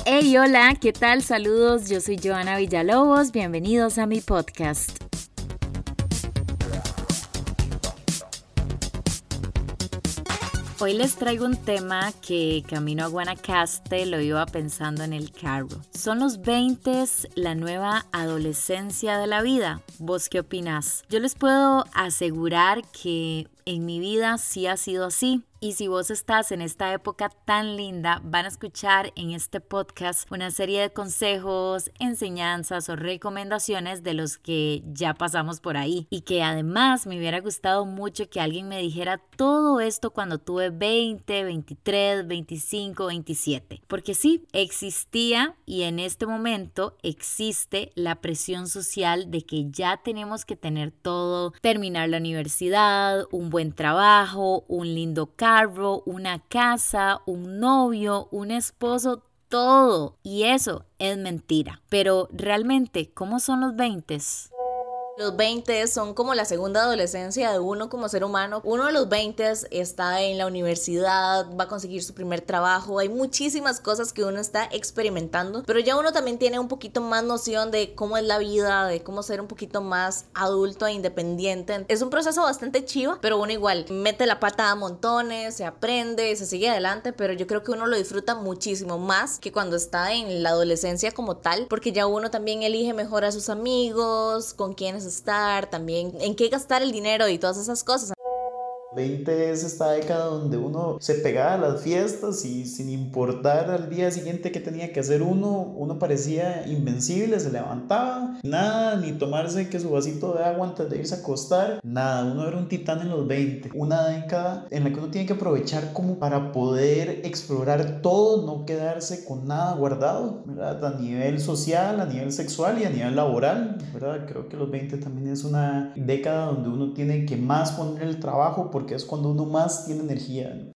Hey, hola, ¿qué tal? Saludos, yo soy Joana Villalobos, bienvenidos a mi podcast. Hoy les traigo un tema que camino a Guanacaste lo iba pensando en el carro. ¿Son los 20s la nueva adolescencia de la vida? ¿Vos qué opinás? Yo les puedo asegurar que en mi vida sí ha sido así. Y si vos estás en esta época tan linda, van a escuchar en este podcast una serie de consejos, enseñanzas o recomendaciones de los que ya pasamos por ahí. Y que además me hubiera gustado mucho que alguien me dijera todo esto cuando tuve 20, 23, 25, 27. Porque sí, existía y en este momento existe la presión social de que ya tenemos que tener todo, terminar la universidad, un buen trabajo, un lindo carro, una casa, un novio, un esposo, todo. Y eso es mentira. Pero realmente, ¿cómo son los 20s? Los 20 son como la segunda adolescencia de uno como ser humano. Uno de los 20 está en la universidad, va a conseguir su primer trabajo. Hay muchísimas cosas que uno está experimentando, pero ya uno también tiene un poquito más noción de cómo es la vida, de cómo ser un poquito más adulto e independiente. Es un proceso bastante chiva, pero uno igual mete la pata a montones, se aprende, se sigue adelante, pero yo creo que uno lo disfruta muchísimo más que cuando está en la adolescencia como tal, porque ya uno también elige mejor a sus amigos, con quiénes estar, también en qué gastar el dinero y todas esas cosas. 20 es esta década donde uno se pegaba a las fiestas y sin importar al día siguiente qué tenía que hacer uno parecía invencible, se levantaba, nada, ni tomarse que su vasito de agua antes de irse a acostar, nada, uno era un titán en los 20, una década en la que uno tiene que aprovechar como para poder explorar todo, no quedarse con nada guardado, ¿verdad? A nivel social, a nivel sexual y a nivel laboral, ¿verdad? Creo que los 20 también es una década donde uno tiene que más poner el trabajo porque es cuando uno más tiene energía, ¿no?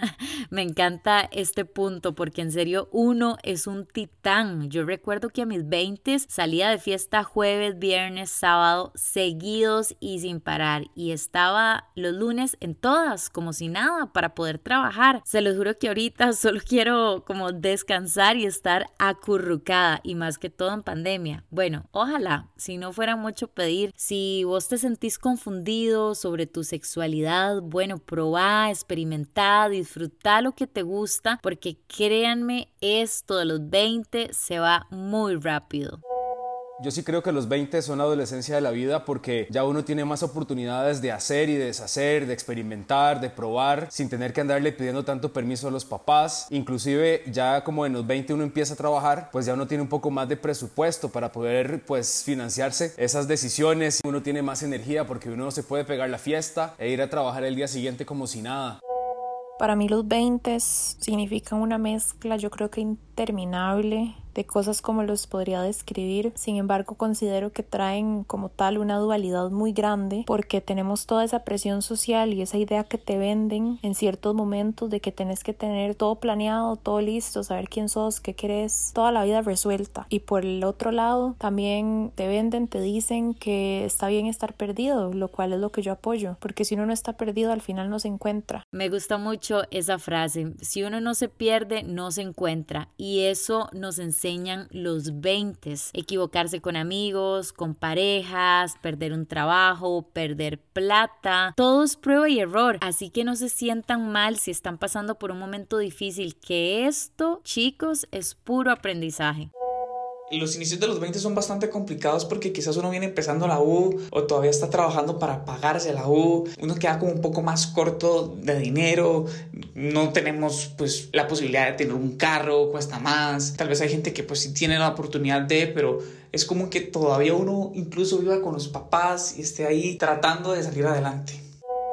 Me encanta este punto porque en serio uno es un titán. Yo recuerdo que a mis 20s salía de fiesta jueves, viernes, sábado seguidos y sin parar y estaba los lunes en todas como si nada para poder trabajar. Se los juro que ahorita solo quiero como descansar y estar acurrucada y más que todo en pandemia. Bueno, ojalá, si no fuera mucho pedir, si vos te sentís confundido sobre tu sexualidad, bueno, probá, experimentá, disfrutá lo que te gusta, porque créanme, esto de los 20 se va muy rápido. Yo sí creo que los 20 son la adolescencia de la vida porque ya uno tiene más oportunidades de hacer y de deshacer, de experimentar, de probar, sin tener que andarle pidiendo tanto permiso a los papás. Inclusive ya como en los 20 uno empieza a trabajar, pues ya uno tiene un poco más de presupuesto para poder pues financiarse esas decisiones. Uno tiene más energía porque uno se puede pegar la fiesta e ir a trabajar el día siguiente como si nada. Para mí los 20 significan una mezcla, yo creo que interminable, de cosas como los podría describir. Sin embargo, considero que traen como tal una dualidad muy grande porque tenemos toda esa presión social y esa idea que te venden en ciertos momentos de que tenés que tener todo planeado, todo listo, saber quién sos, qué querés, toda la vida resuelta. Y por el otro lado, también te venden, te dicen que está bien estar perdido, lo cual es lo que yo apoyo, porque si uno no está perdido, al final no se encuentra. Me gusta mucho esa frase, si uno no se pierde, no se encuentra, y eso nos enseñan los 20s, equivocarse con amigos, con parejas, perder un trabajo, perder plata, todo es prueba y error, así que no se sientan mal si están pasando por un momento difícil, que esto, chicos, es puro aprendizaje. Los inicios de los 20 son bastante complicados porque quizás uno viene empezando la U o todavía está trabajando para pagarse la U, uno queda como un poco más corto de dinero, no tenemos pues la posibilidad de tener un carro, cuesta más, tal vez hay gente que pues sí tiene la oportunidad de, pero es como que todavía uno incluso viva con los papás y esté ahí tratando de salir adelante.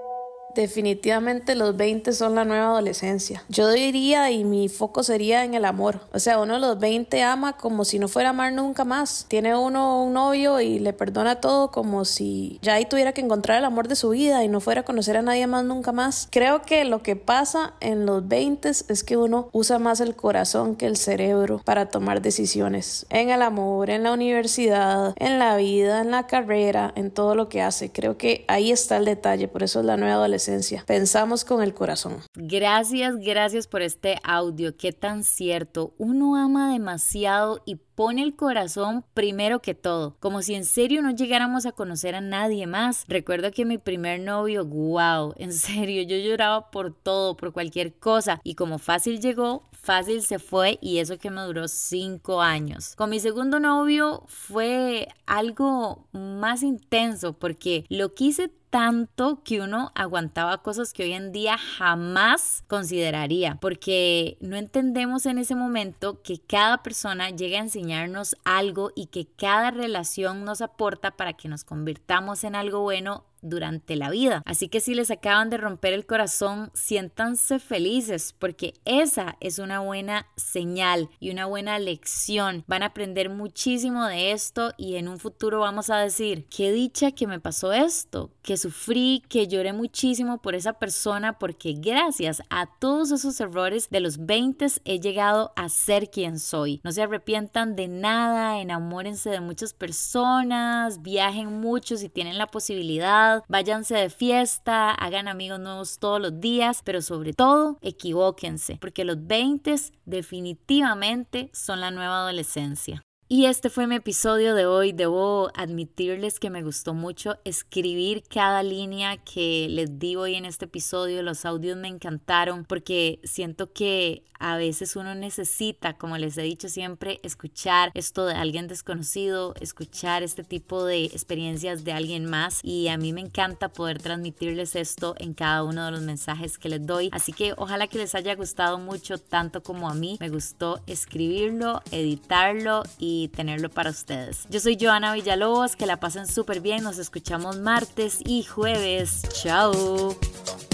Definitivamente los 20 son la nueva adolescencia. Yo diría, y mi foco sería en el amor. O sea, uno a los 20 ama como si no fuera a amar nunca más. Tiene uno un novio y le perdona todo como si ya ahí tuviera que encontrar el amor de su vida y no fuera a conocer a nadie más nunca más. Creo que lo que pasa en los 20 es que uno usa más el corazón que el cerebro para tomar decisiones. En el amor, en la universidad, en la vida, en la carrera, en todo lo que hace. Creo que ahí está el detalle, por eso es la nueva adolescencia. adolescencia. Pensamos con el corazón. Gracias por este audio. Qué tan cierto. Uno ama demasiado y pone el corazón primero que todo, como si en serio no llegáramos a conocer a nadie más. Recuerdo que mi primer novio, wow, en serio, yo lloraba por todo, por cualquier cosa, y como fácil llegó, fácil se fue, y eso que me duró 5 años. Con mi segundo novio fue algo más intenso porque lo quise tanto que uno aguantaba cosas que hoy en día jamás consideraría, porque no entendemos en ese momento que cada persona llega a enseñarnos algo y que cada relación nos aporta para que nos convirtamos en algo bueno durante la vida. Así que si les acaban de romper el corazón, siéntanse felices porque esa es una buena señal y una buena lección. Van a aprender muchísimo de esto y en un futuro vamos a decir, qué dicha que me pasó esto, que sufrí, que lloré muchísimo por esa persona, porque gracias a todos esos errores de los 20 he llegado a ser quien soy. No se arrepientan de nada, enamórense de muchas personas, viajen mucho si tienen la posibilidad, váyanse de fiesta, hagan amigos nuevos todos los días, pero sobre todo equivóquense, porque los 20 definitivamente son la nueva adolescencia. Y este fue mi episodio de hoy. Debo admitirles que me gustó mucho escribir cada línea que les di hoy en este episodio. Los audios me encantaron porque siento que a veces uno necesita, como les he dicho siempre, escuchar esto de alguien desconocido, escuchar este tipo de experiencias de alguien más, y a mí me encanta poder transmitirles esto en cada uno de los mensajes que les doy. Así que ojalá que les haya gustado mucho, tanto como a mí me gustó escribirlo, editarlo y tenerlo para ustedes. Yo soy Joana Villalobos, que la pasen súper bien, nos escuchamos martes y jueves. Chao.